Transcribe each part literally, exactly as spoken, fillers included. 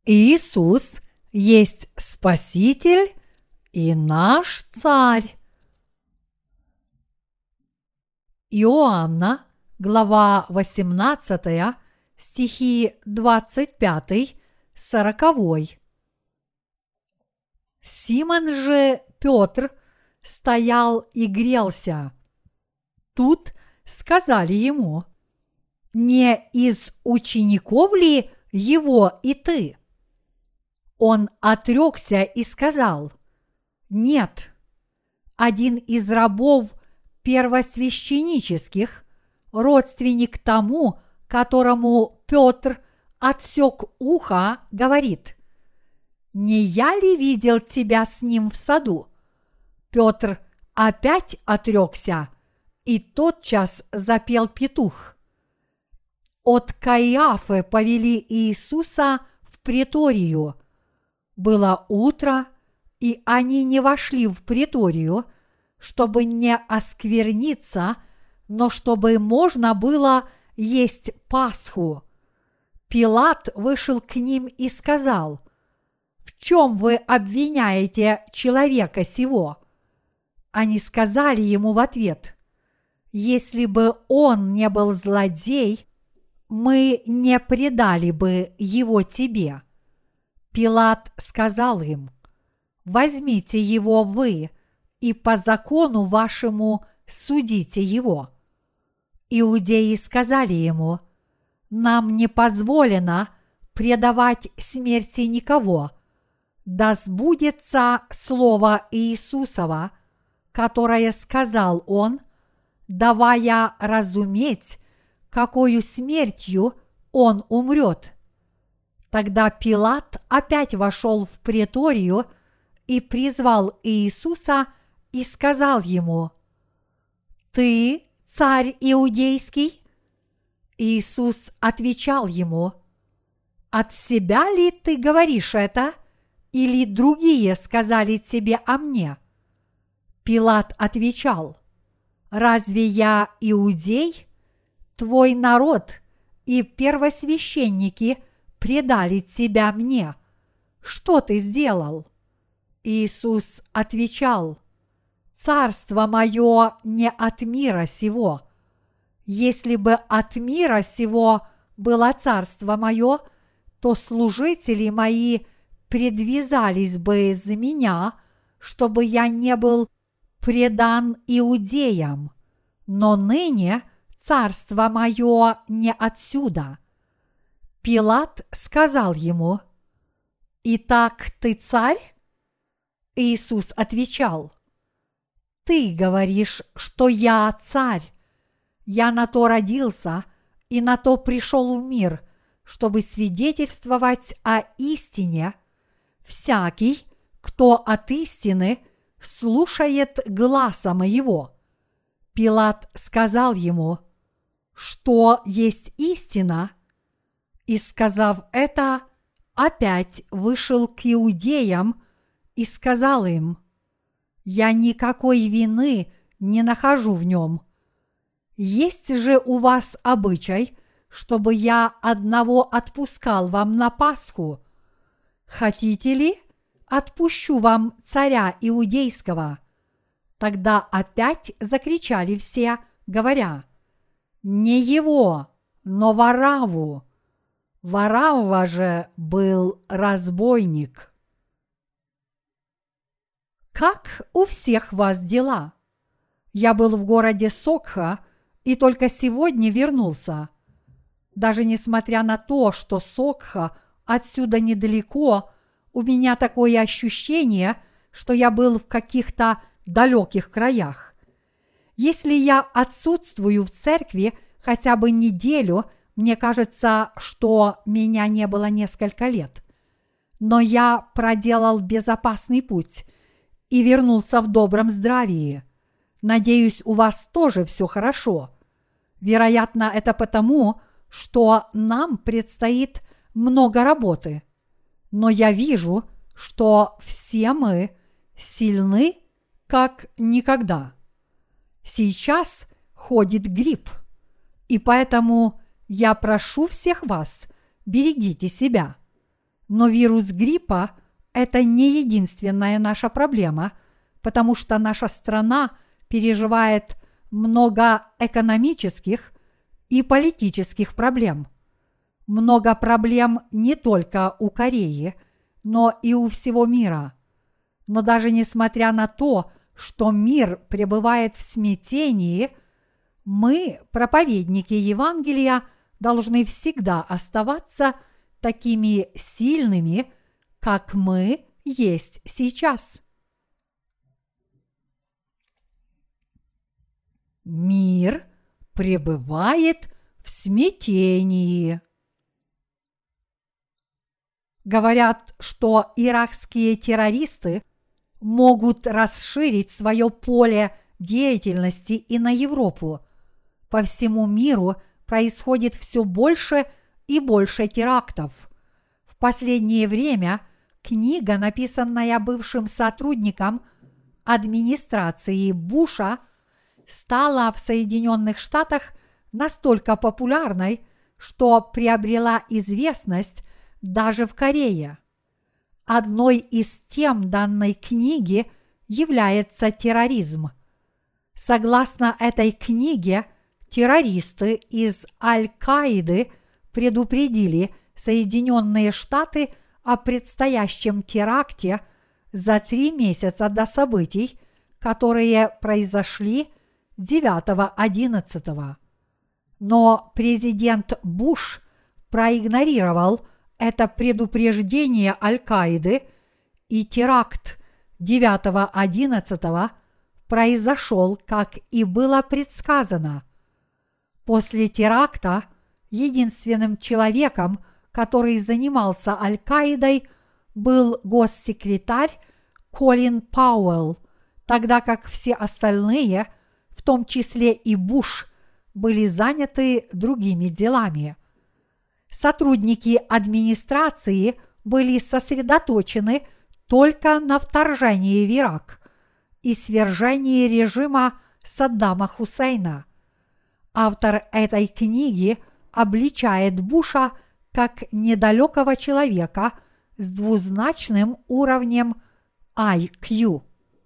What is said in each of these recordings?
Иисус есть Спаситель и наш Царь. Иоанна, глава восемнадцатая, стихи двадцать пять сорок. Симон же Петр стоял и грелся. Тут сказали ему: «Не из учеников ли его и ты?» Он отрекся и сказал: «Нет, один из рабов первосвященнических, родственник тому, которому Петр отсек ухо, говорит: не я ли видел тебя с ним в саду?» Петр опять отрекся, и тотчас запел петух. От Каиафы повели Иисуса в преторию. Было утро, и они не вошли в преторию, чтобы не оскверниться, но чтобы можно было есть Пасху. Пилат вышел к ним и сказал: «В чем вы обвиняете человека сего?» Они сказали ему в ответ: «Если бы он не был злодей, мы не предали бы его тебе». Пилат сказал им: «Возьмите его вы и по закону вашему судите его». Иудеи сказали ему: «Нам не позволено предавать смерти никого. Да сбудется слово Иисусова, которое сказал он, давая разуметь, какою смертью он умрет». Тогда Пилат опять вошел в преторию и призвал Иисуса и сказал ему: «Ты царь иудейский?» Иисус отвечал ему: «От себя ли ты говоришь это, или другие сказали тебе о мне?» Пилат отвечал: «Разве я иудей? Твой народ и первосвященники предали тебя мне. Что ты сделал?» Иисус отвечал: «Царство мое не от мира сего. Если бы от мира сего было царство мое, то служители мои предвязались бы за меня, чтобы я не был предан иудеям. Но ныне царство мое не отсюда». Пилат сказал ему: «Итак, ты царь?» Иисус отвечал: «Ты говоришь, что я царь. Я на то родился и на то пришел в мир, чтобы свидетельствовать о истине. Всякий, кто от истины, слушает гласа моего». Пилат сказал ему: «Что есть истина?» И, сказав это, опять вышел к иудеям и сказал им: «Я никакой вины не нахожу в нем. Есть же у вас обычай, чтобы я одного отпускал вам на Пасху? Хотите ли, отпущу вам царя иудейского?» Тогда опять закричали все, говоря: «Не его, но Варавву». Варавва же был разбойник. Как у всех вас дела? Я был в городе Сокха и только сегодня вернулся. Даже несмотря на то, что Сокха отсюда недалеко, у меня такое ощущение, что я был в каких-то далеких краях. Если я отсутствую в церкви хотя бы неделю, мне кажется, что меня не было несколько лет. Но я проделал безопасный путь и вернулся в добром здравии. Надеюсь, у вас тоже все хорошо. Вероятно, это потому, что нам предстоит много работы. Но я вижу, что все мы сильны, как никогда. Сейчас ходит грипп, и поэтому я прошу всех вас, берегите себя. Но вирус гриппа – это не единственная наша проблема, потому что наша страна переживает много экономических и политических проблем. Много проблем не только у Кореи, но и у всего мира. Но даже несмотря на то, что мир пребывает в смятении, мы, проповедники Евангелия, должны всегда оставаться такими сильными, как мы есть сейчас. Мир пребывает в смятении. Говорят, что иракские террористы могут расширить свое поле деятельности и на Европу. По всему миру происходит все больше и больше терактов. В последнее время книга, написанная бывшим сотрудником администрации Буша, стала в Соединенных Штатах настолько популярной, что приобрела известность даже в Корее. Одной из тем данной книги является терроризм. Согласно этой книге, террористы из Аль-Каиды предупредили Соединенные Штаты о предстоящем теракте за три месяца до событий, которые произошли девятого-одиннадцатого. Но президент Буш проигнорировал это предупреждение Аль-Каиды, и теракт девятого-одиннадцатого произошел, как и было предсказано. После теракта единственным человеком, который занимался Аль-Каидой, был госсекретарь Колин Пауэлл, тогда как все остальные, в том числе и Буш, были заняты другими делами. Сотрудники администрации были сосредоточены только на вторжении в Ирак и свержении режима Саддама Хусейна. Автор этой книги обличает Буша как недалекого человека с двузначным уровнем ай кью.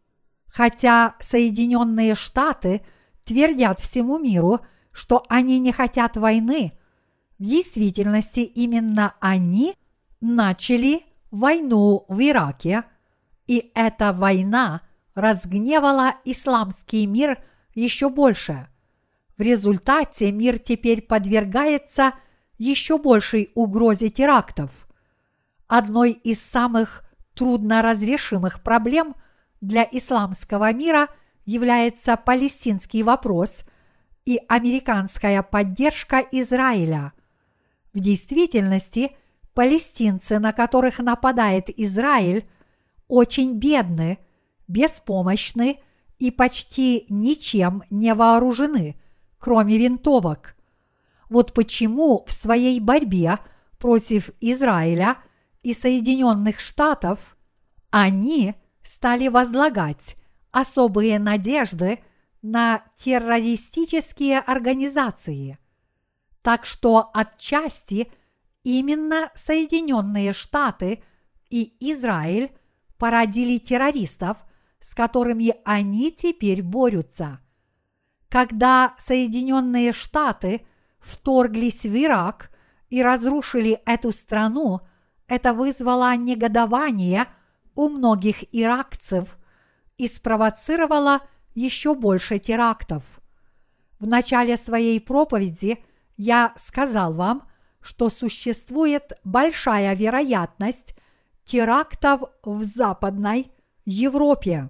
Хотя Соединенные Штаты твердят всему миру, что они не хотят войны, в действительности именно они начали войну в Ираке, и эта война разгневала исламский мир еще больше. В результате мир теперь подвергается еще большей угрозе терактов. Одной из самых трудноразрешимых проблем для исламского мира является палестинский вопрос и американская поддержка Израиля. В действительности, палестинцы, на которых нападает Израиль, очень бедны, беспомощны и почти ничем не вооружены, кроме винтовок. Вот почему в своей борьбе против Израиля и Соединенных Штатов они стали возлагать особые надежды на террористические организации. Так что отчасти именно Соединенные Штаты и Израиль породили террористов, с которыми они теперь борются. Когда Соединенные Штаты вторглись в Ирак и разрушили эту страну, это вызвало негодование у многих иракцев и спровоцировало еще больше терактов. В начале своей проповеди я сказал вам, что существует большая вероятность терактов в Западной Европе.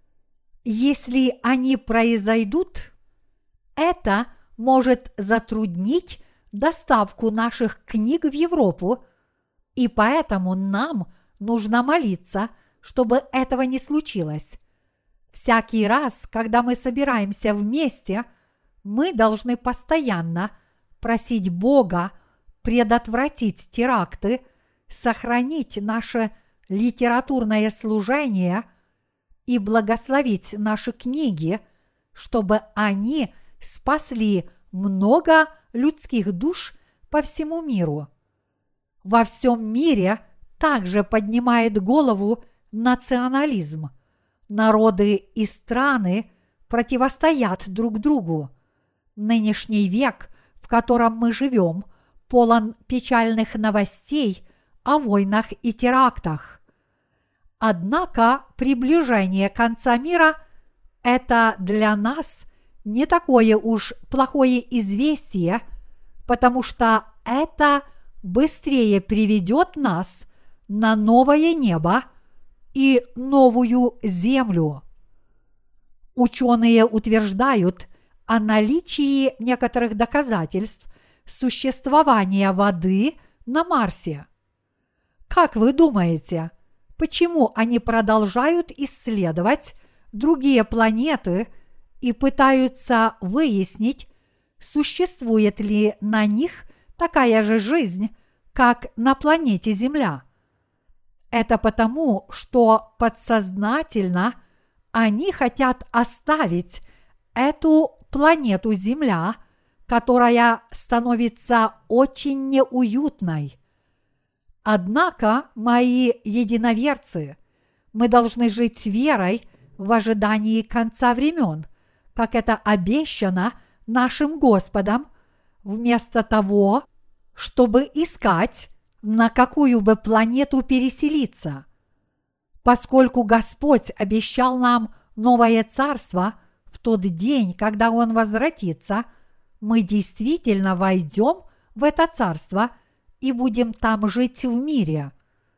Если они произойдут, это может затруднить доставку наших книг в Европу, и поэтому нам нужно молиться, чтобы этого не случилось. Всякий раз, когда мы собираемся вместе, мы должны постоянно просить Бога предотвратить теракты, сохранить наше литературное служение и благословить наши книги, чтобы они спасли много людских душ по всему миру. Во всем мире также поднимает голову национализм. Народы и страны противостоят друг другу. Нынешний век, в котором мы живем, полон печальных новостей о войнах и терактах. Однако приближение конца мира – это для нас не такое уж плохое известие, потому что это быстрее приведет нас на новое небо и новую землю. Ученые утверждают о наличии некоторых доказательств существования воды на Марсе. Как вы думаете, почему они продолжают исследовать другие планеты и пытаются выяснить, существует ли на них такая же жизнь, как на планете Земля? Это потому, что подсознательно они хотят оставить эту планету Земля, которая становится очень неуютной. Однако, мои единоверцы, мы должны жить верой в ожидании конца времен, как это обещано нашим Господом, вместо того, чтобы искать, на какую бы планету переселиться. Поскольку Господь обещал нам новое царство в тот день, когда Он возвратится, мы действительно войдем в это царство и будем там жить в мире.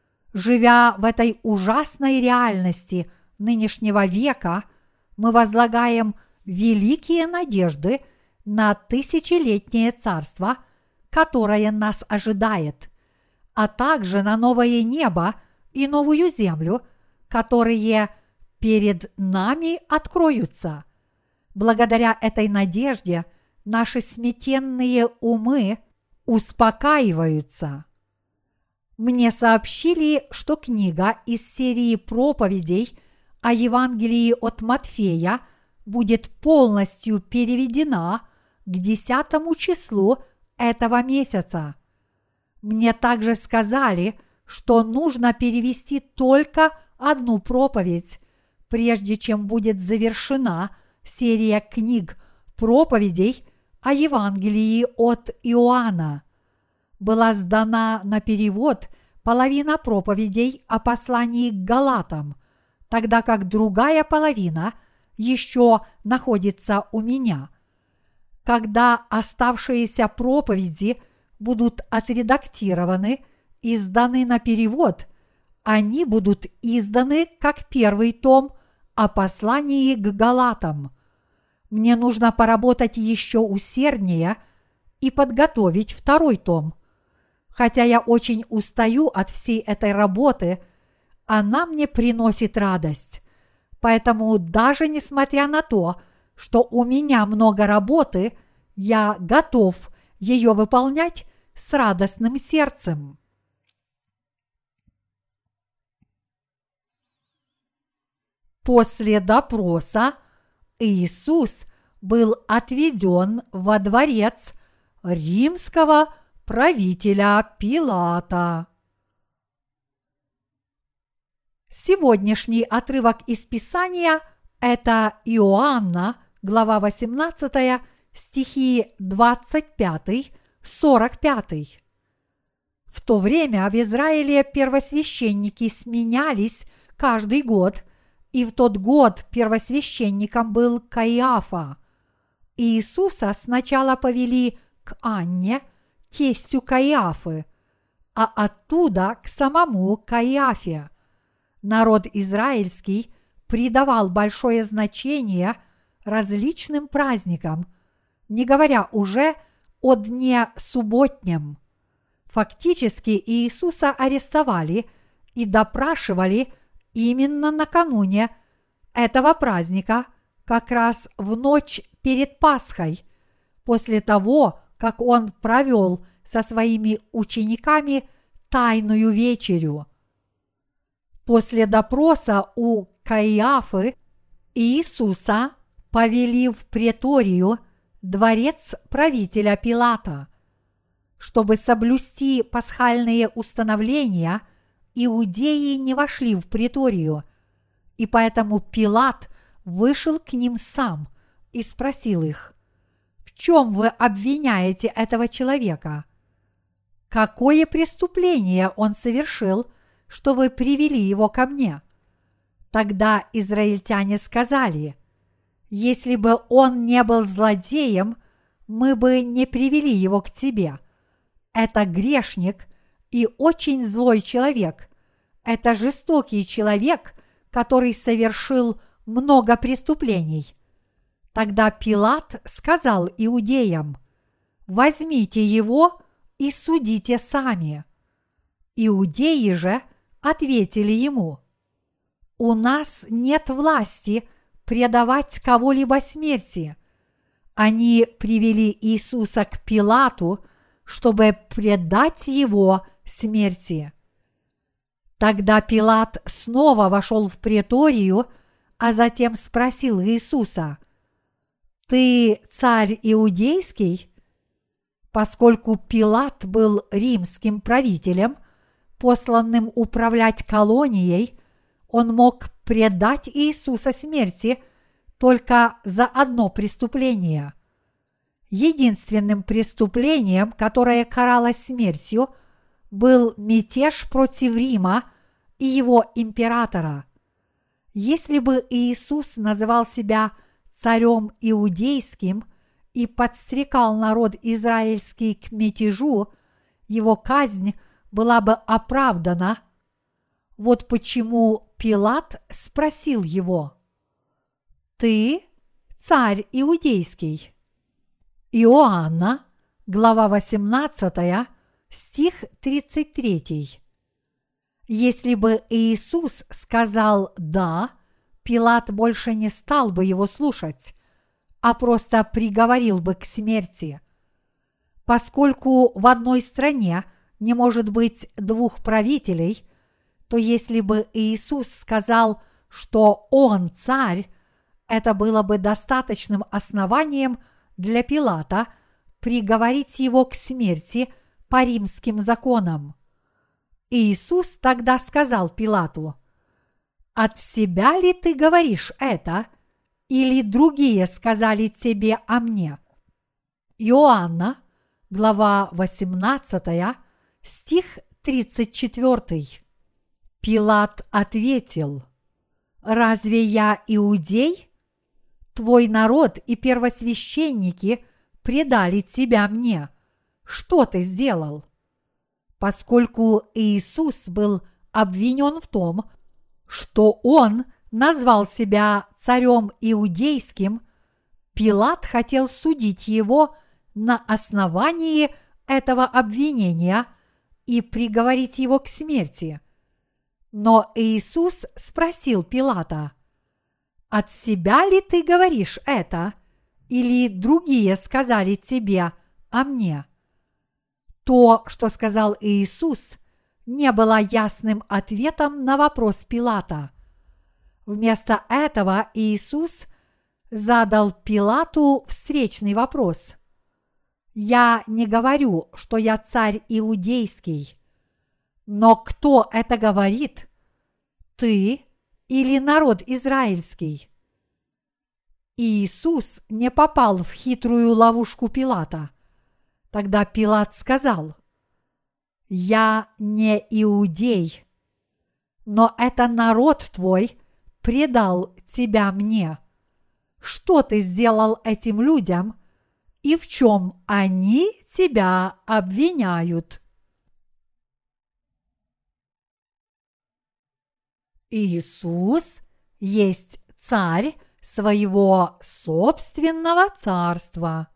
Живя в этой ужасной реальности нынешнего века, мы возлагаем великие надежды на тысячелетнее царство, которое нас ожидает, а также на новое небо и новую землю, которые перед нами откроются. Благодаря этой надежде наши смятенные умы успокаиваются. Мне сообщили, что книга из серии проповедей о Евангелии от Матфея будет полностью переведена к десятому числу этого месяца. Мне также сказали, что нужно перевести только одну проповедь, прежде чем будет завершена серия книг проповедей о Евангелии от Иоанна. Была сдана на перевод половина проповедей о послании к Галатам, тогда как другая половина еще находится у меня. Когда оставшиеся проповеди будут отредактированы и сданы на перевод, они будут изданы как первый том о послании к Галатам. Мне нужно поработать еще усерднее и подготовить второй том. Хотя я очень устаю от всей этой работы, она мне приносит радость. Поэтому даже несмотря на то, что у меня много работы, я готов ее выполнять с радостным сердцем. После допроса Иисус был отведен во дворец римского правителя Пилата. Сегодняшний отрывок из Писания – это Иоанна, глава восемнадцатая, стихи двадцать пять - сорок пять. В то время в Израиле первосвященники сменялись каждый год, и в тот год первосвященником был Каиафа. Иисуса сначала повели к Анне, тестю Каиафы, а оттуда к самому Каиафе. Народ израильский придавал большое значение различным праздникам, не говоря уже о дне субботнем. Фактически Иисуса арестовали и допрашивали именно накануне этого праздника, как раз в ночь перед Пасхой, после того, как он провел со своими учениками тайную вечерю. После допроса у Каиафы Иисуса повели в преторию, дворец правителя Пилата. Чтобы соблюсти пасхальные установления, иудеи не вошли в преторию, и поэтому Пилат вышел к ним сам и спросил их: «В чем вы обвиняете этого человека? Какое преступление он совершил, что вы привели его ко мне?» Тогда израильтяне сказали: «Если бы он не был злодеем, мы бы не привели его к тебе. Это грешник и очень злой человек. Это жестокий человек, который совершил много преступлений». Тогда Пилат сказал иудеям: «Возьмите его и судите сами». Иудеи же ответили ему: «У нас нет власти предавать кого-либо смерти». Они привели Иисуса к Пилату, чтобы предать его смерти. Тогда Пилат снова вошел в преторию, а затем спросил Иисуса: «Ты царь иудейский?» Поскольку Пилат был римским правителем, посланным управлять колонией, он мог предать Иисуса смерти только за одно преступление. Единственным преступлением, которое каралось смертью, был мятеж против Рима и его императора. Если бы Иисус называл себя царем иудейским и подстрекал народ израильский к мятежу, его казнь была бы оправдана. Вот почему Пилат спросил его: «Ты царь иудейский?» Иоанна, глава восемнадцатая, стих тридцать третий. Если бы Иисус сказал «да», Пилат больше не стал бы его слушать, а просто приговорил бы к смерти. Поскольку в одной стране не может быть двух правителей, то если бы Иисус сказал, что Он царь, это было бы достаточным основанием для Пилата приговорить его к смерти по римским законам. Иисус тогда сказал Пилату: «От себя ли ты говоришь это, или другие сказали тебе о мне?» Иоанна, глава восемнадцатая, стих тридцать четвертый. Пилат ответил: «Разве я иудей? Твой народ и первосвященники предали тебя мне. Что ты сделал?» Поскольку Иисус был обвинен в том, что он назвал себя царем иудейским, Пилат хотел судить его на основании этого обвинения и приговорить его к смерти. Но Иисус спросил Пилата: «От себя ли ты говоришь это, или другие сказали тебе о мне?» То, что сказал Иисус, не было ясным ответом на вопрос Пилата. Вместо этого Иисус задал Пилату встречный вопрос: «Я не говорю, что я царь иудейский, но кто это говорит? Ты или народ израильский?» Иисус не попал в хитрую ловушку Пилата. Тогда Пилат сказал: «Я не иудей, но это народ твой предал тебя мне. Что ты сделал этим людям, и в чем они тебя обвиняют?» Иисус есть царь своего собственного царства.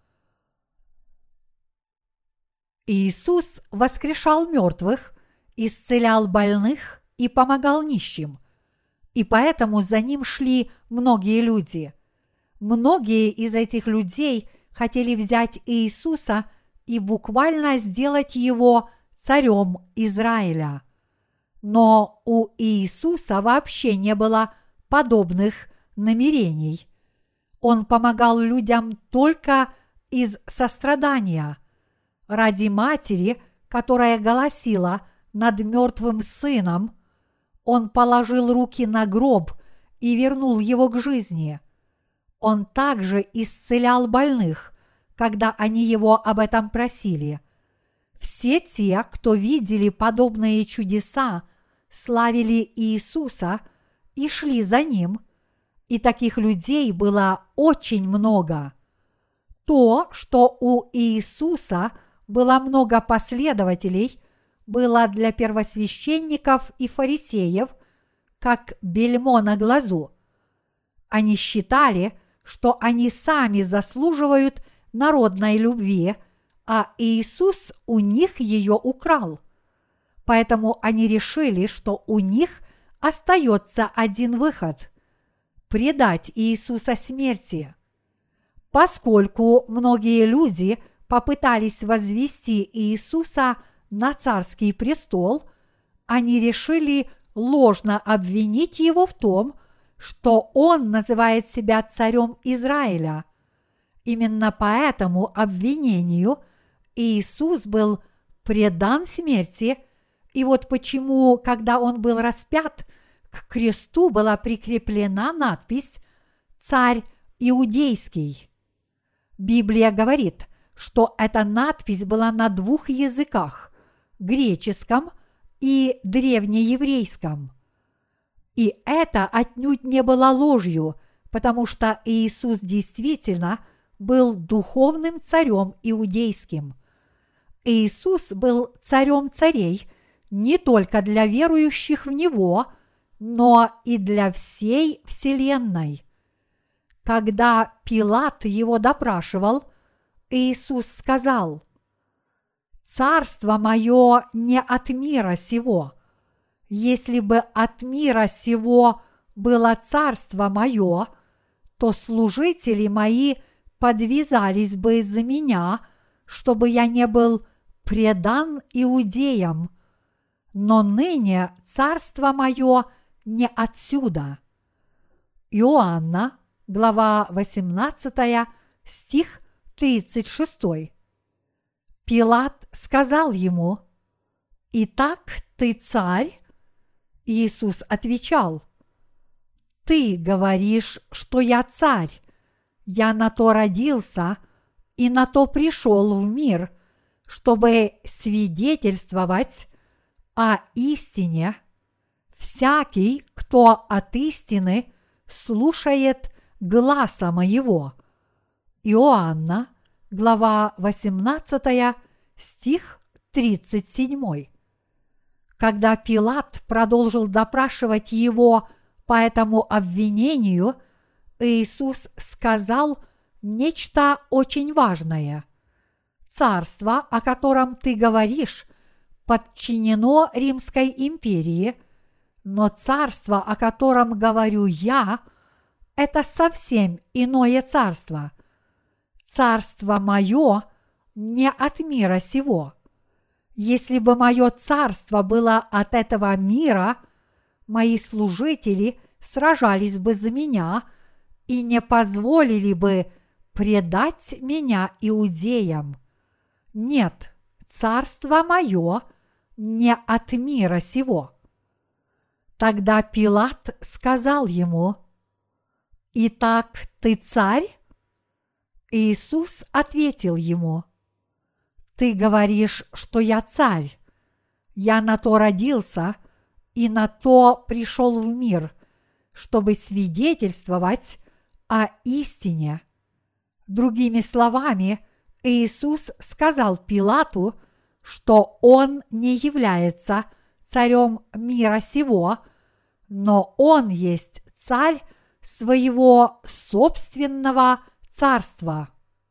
Иисус воскрешал мертвых, исцелял больных и помогал нищим, и поэтому за ним шли многие люди. Многие из этих людей хотели взять Иисуса и буквально сделать его царем Израиля. Но у Иисуса вообще не было подобных намерений. Он помогал людям только из сострадания. Ради матери, которая голосила над мертвым сыном, Он положил руки на гроб и вернул его к жизни. Он также исцелял больных, когда они его об этом просили. Все те, кто видели подобные чудеса, славили Иисуса и шли за Ним, и таких людей было очень много. То, что у Иисуса было много последователей, было для первосвященников и фарисеев как бельмо на глазу. Они считали, что они сами заслуживают народной любви, а Иисус у них ее украл. Поэтому они решили, что у них остается один выход – предать Иисуса смерти. Поскольку многие люди попытались возвести Иисуса на царский престол, они решили ложно обвинить его в том, что он называет себя царем Израиля. Именно по этому обвинению Иисус был предан смерти, и вот почему, когда он был распят, к кресту была прикреплена надпись «Царь Иудейский». Библия говорит, что эта надпись была на двух языках – греческом и древнееврейском. И это отнюдь не было ложью, потому что Иисус действительно был духовным царем иудейским. Иисус был царем царей не только для верующих в Него, но и для всей вселенной. Когда Пилат его допрашивал, Иисус сказал: «Царство мое не от мира сего. Если бы от мира сего было царство мое, то служители мои подвязались бы из-за меня, чтобы я не был предан иудеям. Но ныне царство мое не отсюда». Иоанна, глава восемнадцатая, стих тридцать шесть. Пилат сказал ему: «Итак, ты царь?» Иисус отвечал: «Ты говоришь, что я царь. Я на то родился и на то пришел в мир, чтобы свидетельствовать о истине. Всякий, кто от истины слушает гласа моего». Иоанна, глава восемнадцатая, стих тридцать семь. Когда Пилат продолжил допрашивать его по этому обвинению, Иисус сказал нечто очень важное. «Царство, о котором ты говоришь, подчинено Римской империи, но царство, о котором говорю я, это совсем иное царство. Царство мое не от мира сего. Если бы мое царство было от этого мира, мои служители сражались бы за меня и не позволили бы предать меня иудеям. Нет, царство мое не от мира сего». Тогда Пилат сказал ему: «Итак, ты царь?» Иисус ответил ему: «Ты говоришь, что я царь. Я на то родился и на то пришел в мир, чтобы свидетельствовать о истине». Другими словами, Иисус сказал Пилату, что он не является царем мира сего, но он есть царь своего собственного царства.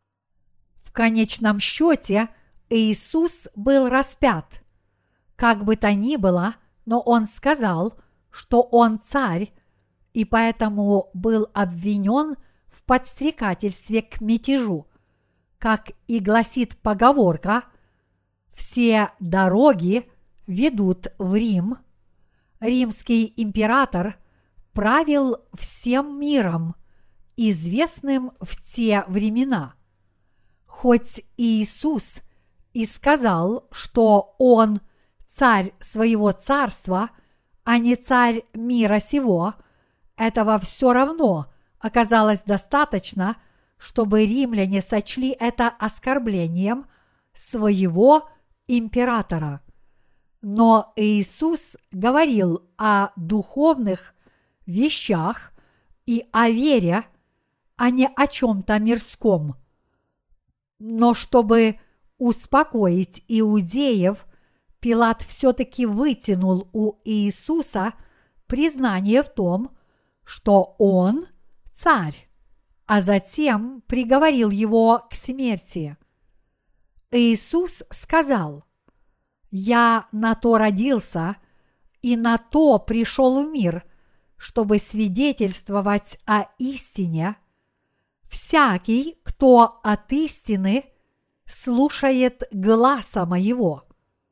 В конечном счете Иисус был распят. Как бы то ни было, но он сказал, что он царь, и поэтому был обвинен в подстрекательстве к мятежу. Как и гласит поговорка, все дороги ведут в Рим. Римский император правил всем миром, известным в те времена. Хоть Иисус и сказал, что Он царь своего царства, а не царь мира сего, этого все равно оказалось достаточно, чтобы римляне сочли это оскорблением своего императора. Но Иисус говорил о духовных вещах и о вере, а не о чем-то мирском. Но чтобы успокоить иудеев, Пилат все-таки вытянул у Иисуса признание в том, что он царь, а затем приговорил его к смерти. Иисус сказал: «Я на то родился и на то пришел в мир, чтобы свидетельствовать о истине. Всякий, кто от истины, слушает гласа моего».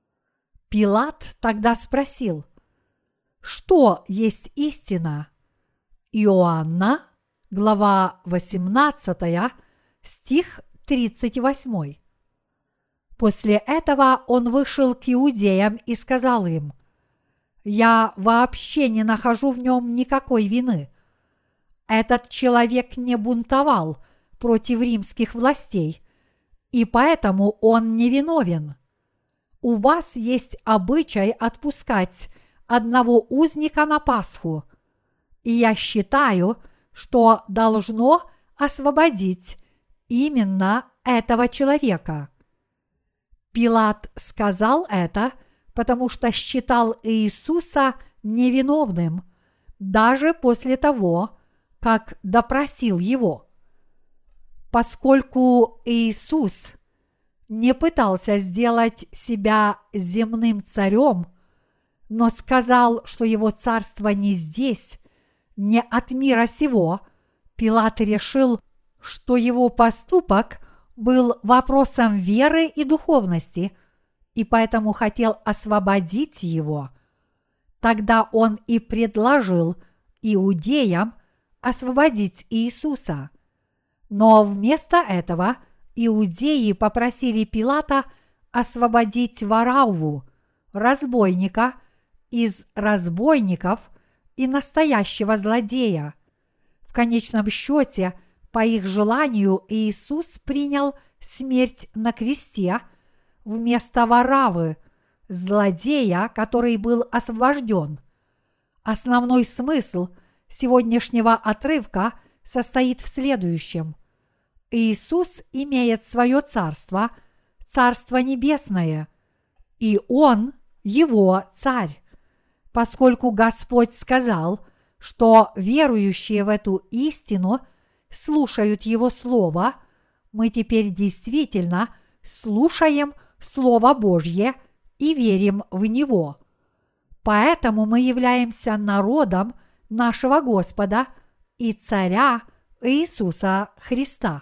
Пилат тогда спросил: «Что есть истина?» Иоанна, глава восемнадцатая, стих тридцать восемь. После этого он вышел к иудеям и сказал им: «Я вообще не нахожу в нем никакой вины. Этот человек не бунтовал против римских властей, и поэтому он невиновен. У вас есть обычай отпускать одного узника на Пасху, и я считаю, что должно освободить именно этого человека». Пилат сказал это, потому что считал Иисуса невиновным, даже после того, как допросил его. Поскольку Иисус не пытался сделать себя земным царем, но сказал, что его царство не здесь, не от мира сего, Пилат решил, что его поступок был вопросом веры и духовности, и поэтому хотел освободить его. Тогда он и предложил иудеям освободить Иисуса. Но вместо этого иудеи попросили Пилата освободить Варавву, разбойника из разбойников и настоящего злодея. В конечном счете, по их желанию, Иисус принял смерть на кресте вместо Вараввы, злодея, который был освобожден. Основной смысл сегодняшнего отрывка состоит в следующем. Иисус имеет свое царство, Царство Небесное, и Он его царь. Поскольку Господь сказал, что верующие в эту истину слушают Его Слово, мы теперь действительно слушаем Слово Божье и верим в Него. Поэтому мы являемся народом нашего Господа и Царя Иисуса Христа.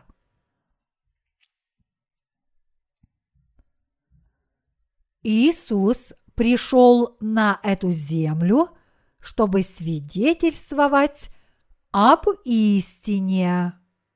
Иисус пришел на эту землю, чтобы свидетельствовать об истине.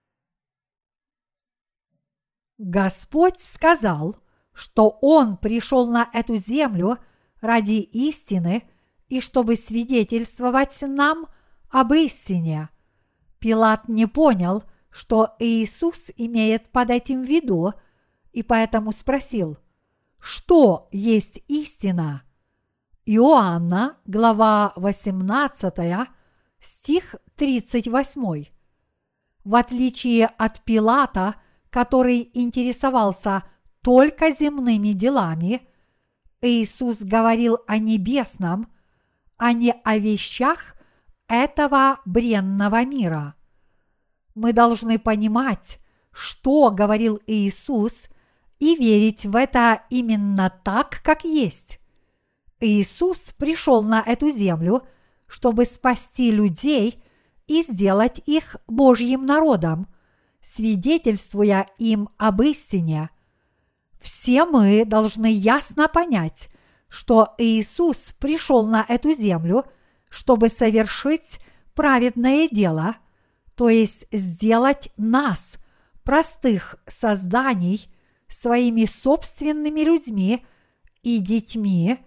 Господь сказал, что Он пришел на эту землю ради истины и чтобы свидетельствовать нам об истине. Пилат не понял, что Иисус имеет под этим в виду, и поэтому спросил: «Что есть истина?» Иоанна, глава восемнадцатая, стих тридцать восемь. В отличие от Пилата, который интересовался только земными делами, Иисус говорил о небесном, а не о вещах этого бренного мира. Мы должны понимать, что говорил Иисус, и верить в это именно так, как есть. Иисус пришел на эту землю, чтобы спасти людей и сделать их Божьим народом, свидетельствуя им об истине. Все мы должны ясно понять, что Иисус пришел на эту землю, чтобы совершить праведное дело, то есть сделать нас, простых созданий, своими собственными людьми и детьми,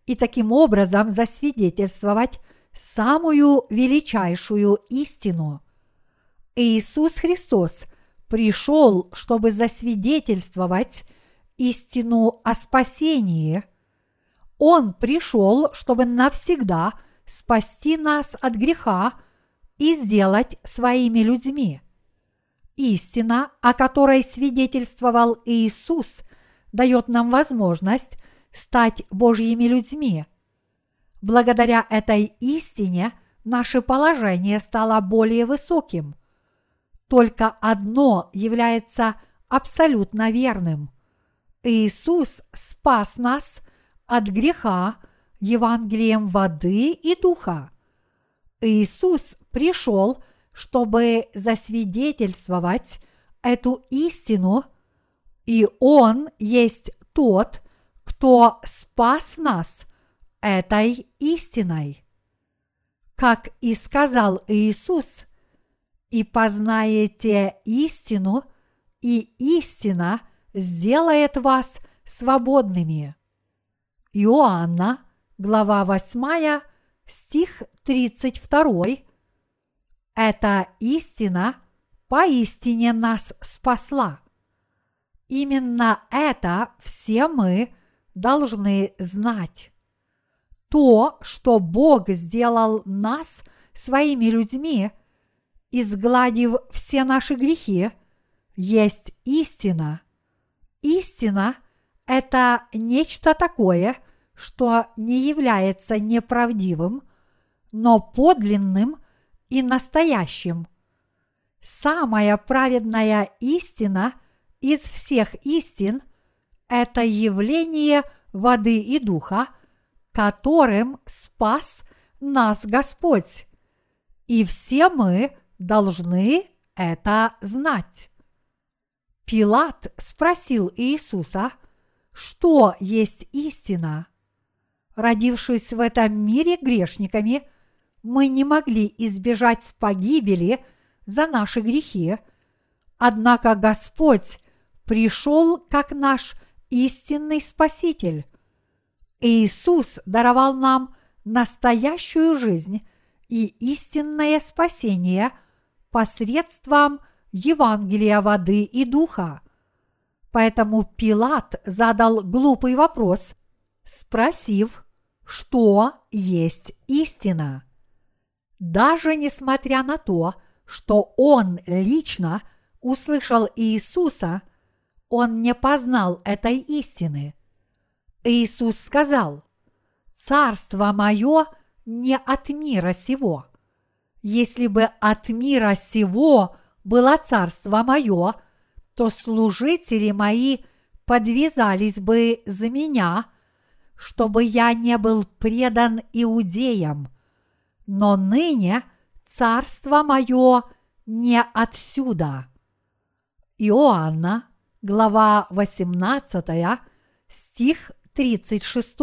и таким образом засвидетельствовать самую величайшую истину. Иисус Христос пришел, чтобы засвидетельствовать истину о спасении. Он пришел, чтобы навсегда спасти нас от греха и сделать своими людьми. Истина, о которой свидетельствовал Иисус, дает нам возможность стать Божьими людьми. Благодаря этой истине наше положение стало более высоким. Только одно является абсолютно верным. Иисус спас нас от греха Евангелием воды и духа. Иисус пришел, чтобы засвидетельствовать эту истину, и Он есть тот, кто спас нас этой истиной. Как и сказал Иисус, «И познаете истину, и истина сделает вас свободными». Иоанна, глава восьмая, стих тридцать два. Эта истина поистине нас спасла. Именно это все мы должны знать. То, что Бог сделал нас своими людьми, изгладив все наши грехи, есть истина. Истина – это нечто такое, что не является неправдивым, но подлинным и настоящим. Самая праведная истина из всех истин – это явление воды и духа, которым спас нас Господь. И все мы должны это знать. Пилат спросил Иисуса, что есть истина. Родившись в этом мире грешниками, мы не могли избежать погибели за наши грехи, однако Господь пришел как наш истинный Спаситель. Иисус даровал нам настоящую жизнь и истинное спасение посредством Евангелия воды и духа. Поэтому Пилат задал глупый вопрос, спросив, что есть истина. Даже несмотря на то, что он лично услышал Иисуса, он не познал этой истины. Иисус сказал: «Царство мое не от мира сего. Если бы от мира сего было царство мое, то служители мои подвязались бы за меня, чтобы я не был предан иудеям. Но ныне царство мое не отсюда». Иоанна, глава восемнадцатая, стих тридцать шесть.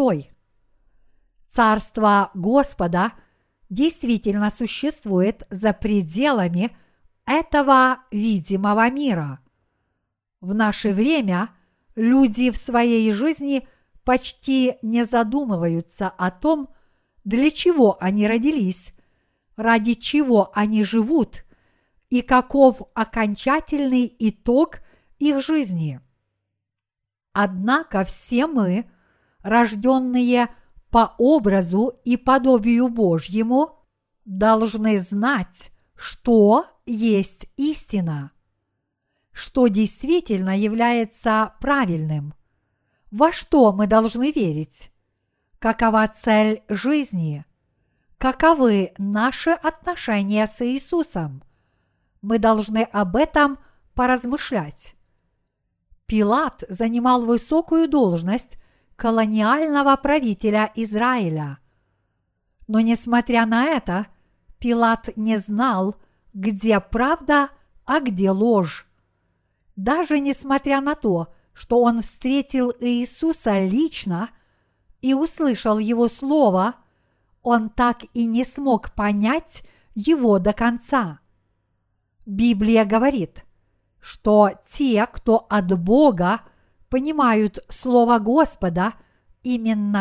Царство Господа действительно существует за пределами этого видимого мира. В наше время люди в своей жизни почти не задумываются о том, для чего они родились, ради чего они живут и каков окончательный итог их жизни. Однако все мы, рожденные по образу и подобию Божьему, должны знать, что есть истина, что действительно является правильным, во что мы должны верить, какова цель жизни, каковы наши отношения с Иисусом. Мы должны об этом поразмышлять. Пилат занимал высокую должность колониального правителя Израиля. Но, несмотря на это, Пилат не знал, где правда, а где ложь. Даже несмотря на то, что он встретил Иисуса лично и услышал его слово, он так и не смог понять его до конца. Библия говорит, что те, кто от Бога, понимают Слово Господа именно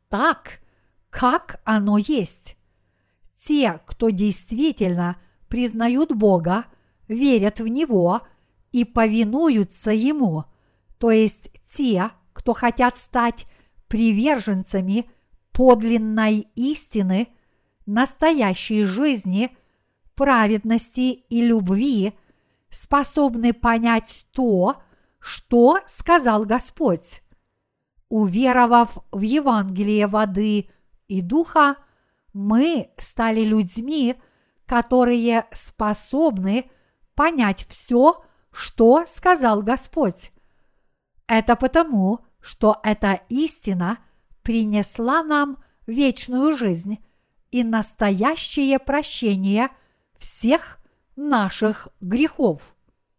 так, как оно есть. Те, кто действительно признают Бога, верят в Него и повинуются Ему, то есть те, кто хотят стать приверженцами подлинной истины, настоящей жизни, праведности и любви, способны понять то, что сказал Господь. Уверовав в Евангелие воды и духа, мы стали людьми, которые способны понять все, что сказал Господь. Это потому, что эта истина принесла нам вечную жизнь и настоящее прощение всех наших грехов.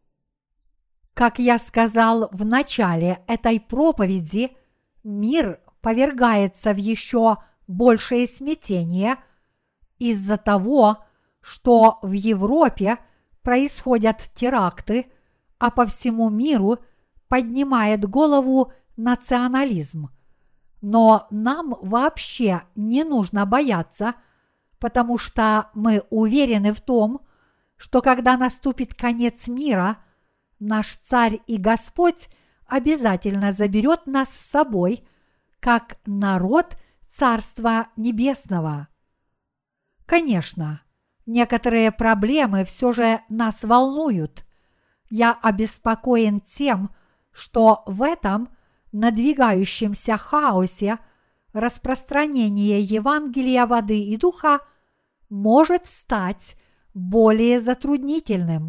Как я сказал в начале этой проповеди, мир повергается в еще большее смятение из-за того, что в Европе происходят теракты, а по всему миру поднимает голову национализм. Но нам вообще не нужно бояться, потому что мы уверены в том, что когда наступит конец мира, наш Царь и Господь обязательно заберет нас с собой, как народ Царства Небесного. Конечно, некоторые проблемы все же нас волнуют. Я обеспокоен тем, что в этом надвигающемся хаосе распространение Евангелия воды и духа может стать более затруднительным.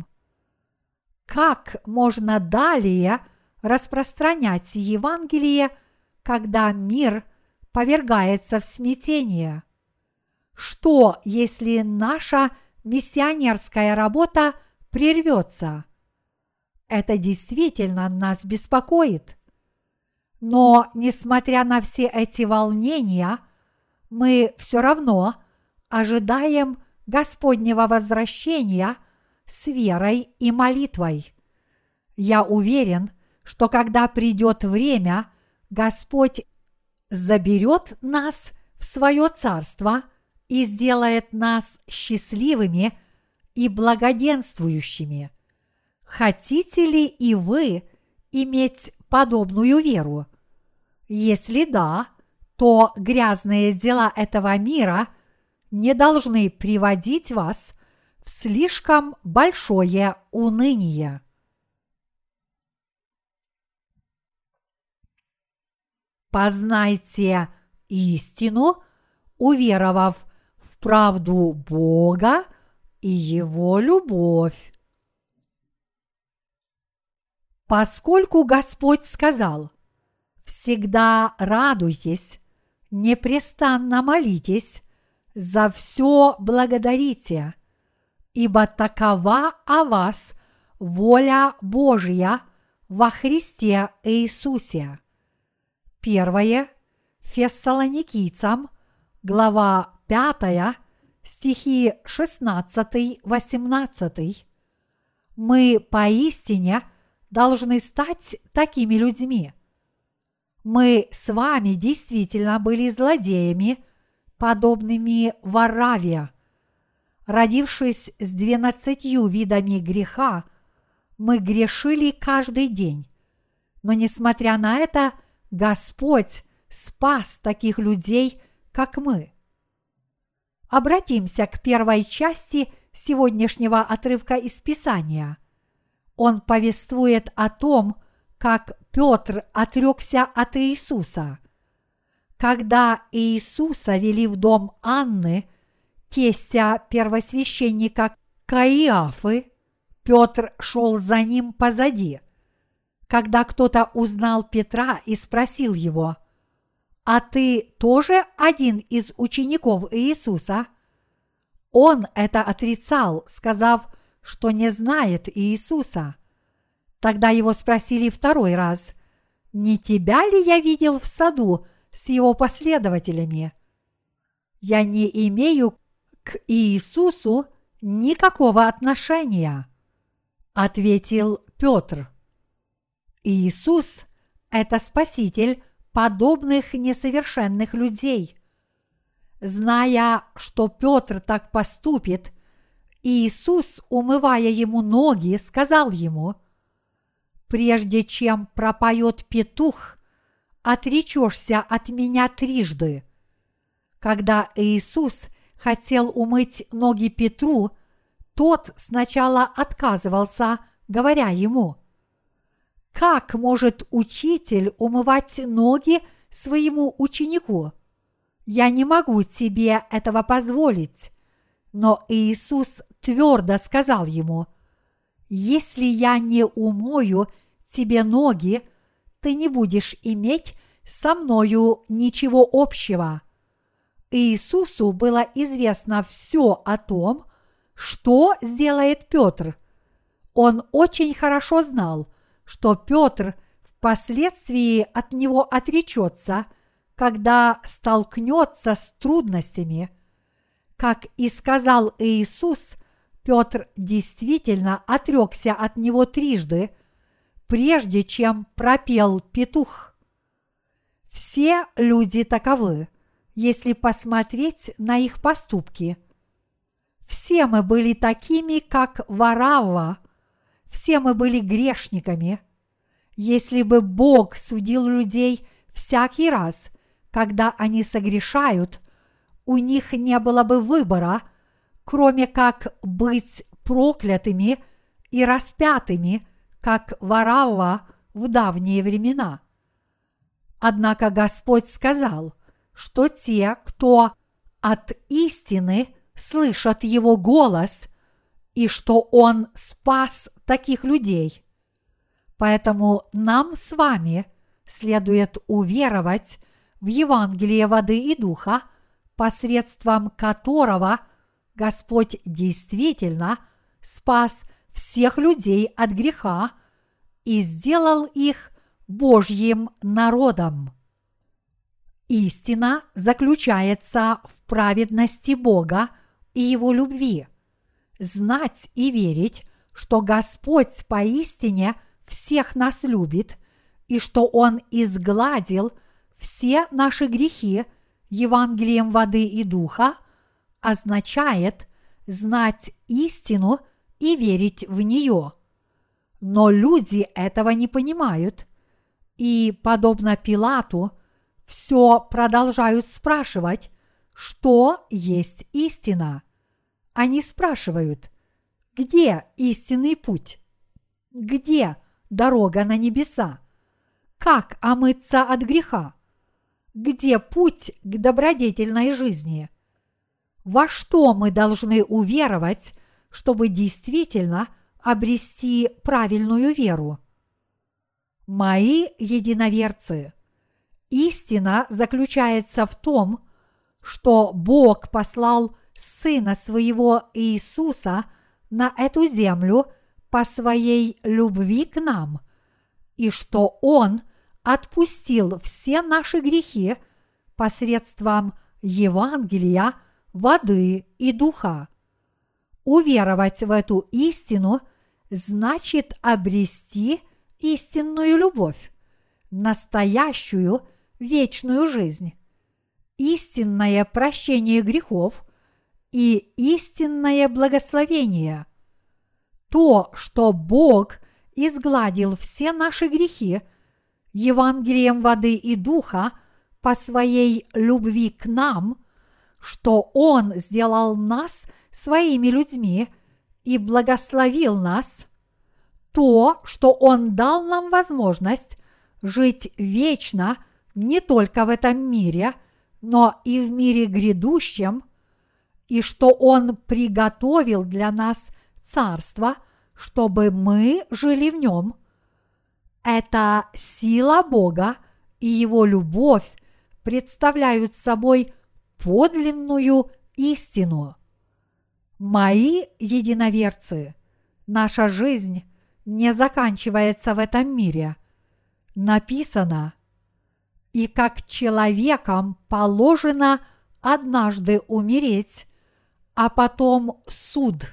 Как можно далее распространять Евангелие, когда мир повергается в смятение? Что, если наша миссионерская работа прервется? Это действительно нас беспокоит. Но, несмотря на все эти волнения, мы все равно ожидаем Господнего возвращения с верой и молитвой. Я уверен, что когда придет время, Господь заберет нас в свое царство и сделает нас счастливыми и благоденствующими. Хотите ли и вы иметь подобную веру? Если да, то грязные дела этого мира не должны приводить вас в слишком большое уныние. Познайте истину, уверовав в правду Бога и Его любовь. Поскольку Господь сказал: «Всегда радуйтесь, непрестанно молитесь, за все благодарите, ибо такова о вас воля Божья во Христе Иисусе». Первое Фессалоникийцам, глава пятая, стихи шестнадцатый-восемнадцатый. Мы поистине должны стать такими людьми. Мы с вами действительно были злодеями, подобными Варавве. Родившись с двенадцатью видами греха, мы грешили каждый день. Но, несмотря на это, Господь спас таких людей, как мы. Обратимся к первой части сегодняшнего отрывка из Писания. Он повествует о том, как Петр отрекся от Иисуса. Когда Иисуса вели в дом Анны, тестя первосвященника Каиафы, Петр шел за ним позади. Когда кто-то узнал Петра и спросил его: «А ты тоже один из учеников Иисуса?» Он это отрицал, сказав, что не знает Иисуса. Тогда его спросили второй раз: «Не тебя ли я видел в саду с его последователями?» «Я не имею к Иисусу никакого отношения», — ответил Петр. Иисус – это Спаситель подобных несовершенных людей. Зная, что Петр так поступит, Иисус, умывая ему ноги, сказал ему: «Прежде чем пропоет петух, отречешься от меня трижды». Когда Иисус хотел умыть ноги Петру, тот сначала отказывался, говоря ему: «Как может учитель умывать ноги своему ученику? Я не могу тебе этого позволить». Но Иисус твердо сказал ему: «Если я не умою тебе ноги, ты не будешь иметь со мною ничего общего». Иисусу было известно все о том, что сделает Петр. Он очень хорошо знал, что Петр впоследствии от него отречется, когда столкнется с трудностями. Как и сказал Иисус, Петр действительно отрекся от него трижды, прежде чем пропел петух. Все люди таковы, если посмотреть на их поступки. Все мы были такими, как Варавва, все мы были грешниками. Если бы Бог судил людей всякий раз, когда они согрешают, у них не было бы выбора, кроме как быть проклятыми и распятыми, как Варавва в давние времена. Однако Господь сказал, что те, кто от истины слышат Его голос, и что Он спас таких людей. Поэтому нам с вами следует уверовать в Евангелие воды и духа, посредством которого Господь действительно спас всех людей от греха и сделал их Божьим народом. Истина заключается в праведности Бога и Его любви. Знать и верить, что Господь поистине всех нас любит и что Он изгладил все наши грехи Евангелием воды и духа, означает знать истину и верить в нее. Но люди этого не понимают, и, подобно Пилату, все продолжают спрашивать, что есть истина. Они спрашивают: где истинный путь? Где дорога на небеса? Как омыться от греха? Где путь к добродетельной жизни? Во что мы должны уверовать, чтобы действительно обрести правильную веру? Мои единоверцы, истина заключается в том, что Бог послал Сына Своего Иисуса на эту землю по Своей любви к нам, и что Он отпустил все наши грехи посредством Евангелия, воды и духа. Уверовать в эту истину значит обрести истинную любовь, настоящую вечную жизнь, истинное прощение грехов и истинное благословение. То, что Бог изгладил все наши грехи Евангелием воды и духа по Своей любви к нам, что Он сделал нас своими людьми и благословил нас, то, что Он дал нам возможность жить вечно не только в этом мире, но и в мире грядущем, и что Он приготовил для нас царство, чтобы мы жили в нем. Это сила Бога и Его любовь представляют собой подлинную истину. Мои единоверцы, наша жизнь не заканчивается в этом мире. Написано: «И как человекам положено однажды умереть, а потом суд».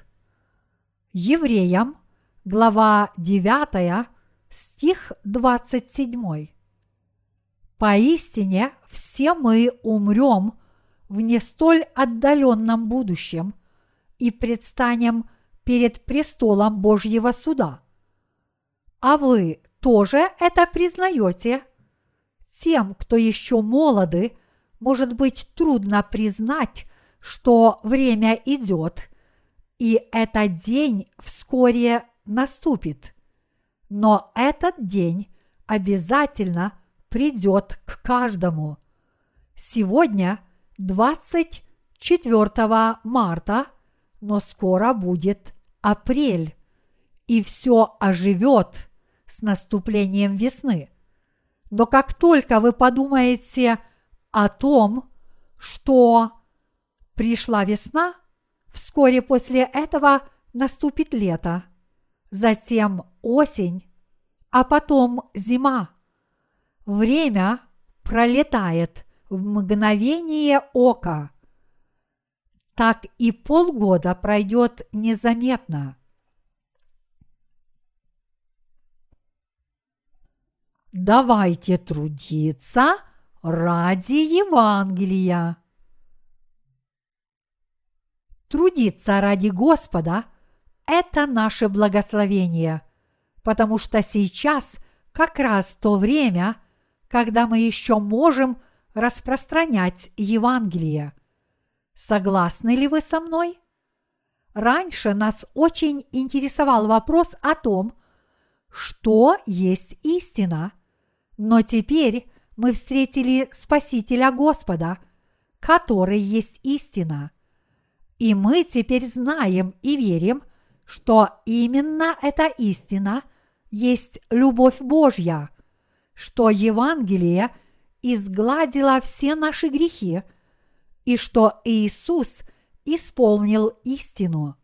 Евреям, глава девятая, стих двадцать семь. Поистине все мы умрем в не столь отдаленном будущем и предстанем перед престолом Божьего суда. А вы тоже это признаете? Тем, кто еще молоды, может быть трудно признать, что время идет, и этот день вскоре наступит. Но этот день обязательно придет к каждому. Сегодня двадцать четвёртого марта, но скоро будет апрель, и все оживет с наступлением весны. Но как только вы подумаете о том, что пришла весна, вскоре после этого наступит лето, затем осень, а потом зима. Время пролетает в мгновение ока. Так и полгода пройдет незаметно. Давайте трудиться ради Евангелия. Трудиться ради Господа – это наше благословение, потому что сейчас как раз то время, когда мы еще можем распространять Евангелие. Согласны ли вы со мной? Раньше нас очень интересовал вопрос о том, что есть истина, но теперь мы встретили Спасителя Господа, который есть истина. И мы теперь знаем и верим, что именно эта истина есть любовь Божья, что Евангелие изгладило все наши грехи и что Иисус исполнил истину.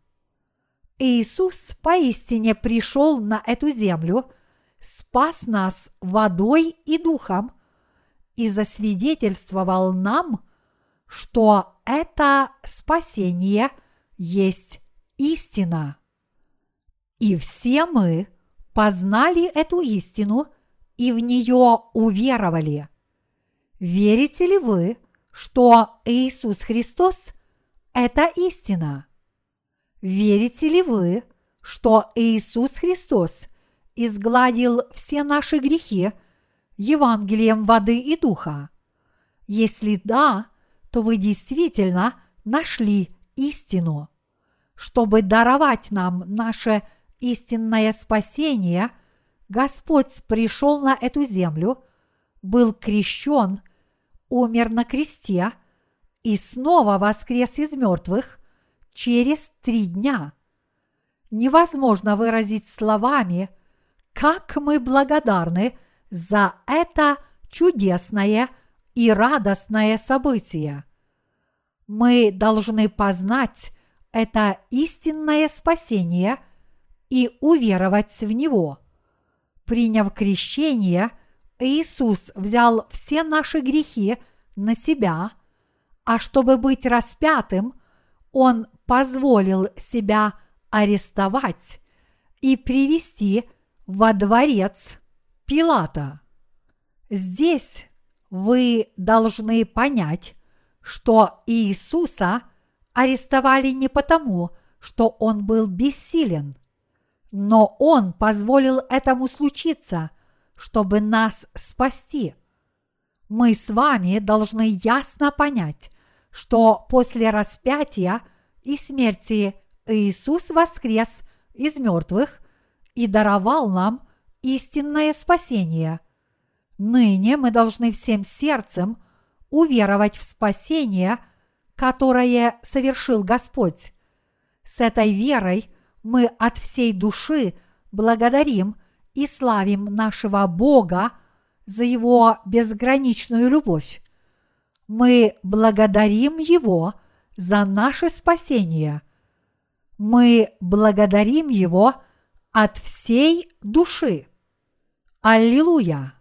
Иисус поистине пришел на эту землю, спас нас водой и духом и засвидетельствовал нам, что это спасение есть истина. И все мы познали эту истину и в нее уверовали. Верите ли вы, что Иисус Христос – это истина? Верите ли вы, что Иисус Христос изгладил все наши грехи Евангелием воды и духа? Если да, то вы действительно нашли истину. Чтобы даровать нам наше истинное спасение, Господь пришел на эту землю, был крещен, умер на кресте и снова воскрес из мертвых через три дня. Невозможно выразить словами, как мы благодарны за это чудесное и радостное событие. Мы должны познать это истинное спасение и уверовать в него. Приняв крещение, Иисус взял все наши грехи на себя, а чтобы быть распятым, Он позволил себя арестовать и привести во дворец Пилата. Здесь вы должны понять, что Иисуса арестовали не потому, что Он был бессилен, но Он позволил этому случиться, чтобы нас спасти. Мы с вами должны ясно понять, что после распятия и смерти Иисус воскрес из мертвых и даровал нам истинное спасение. Ныне мы должны всем сердцем уверовать в спасение, которое совершил Господь. С этой верой мы от всей души благодарим и славим нашего Бога за Его безграничную любовь. Мы благодарим Его за наше спасение. Мы благодарим Его от всей души. Аллилуйя!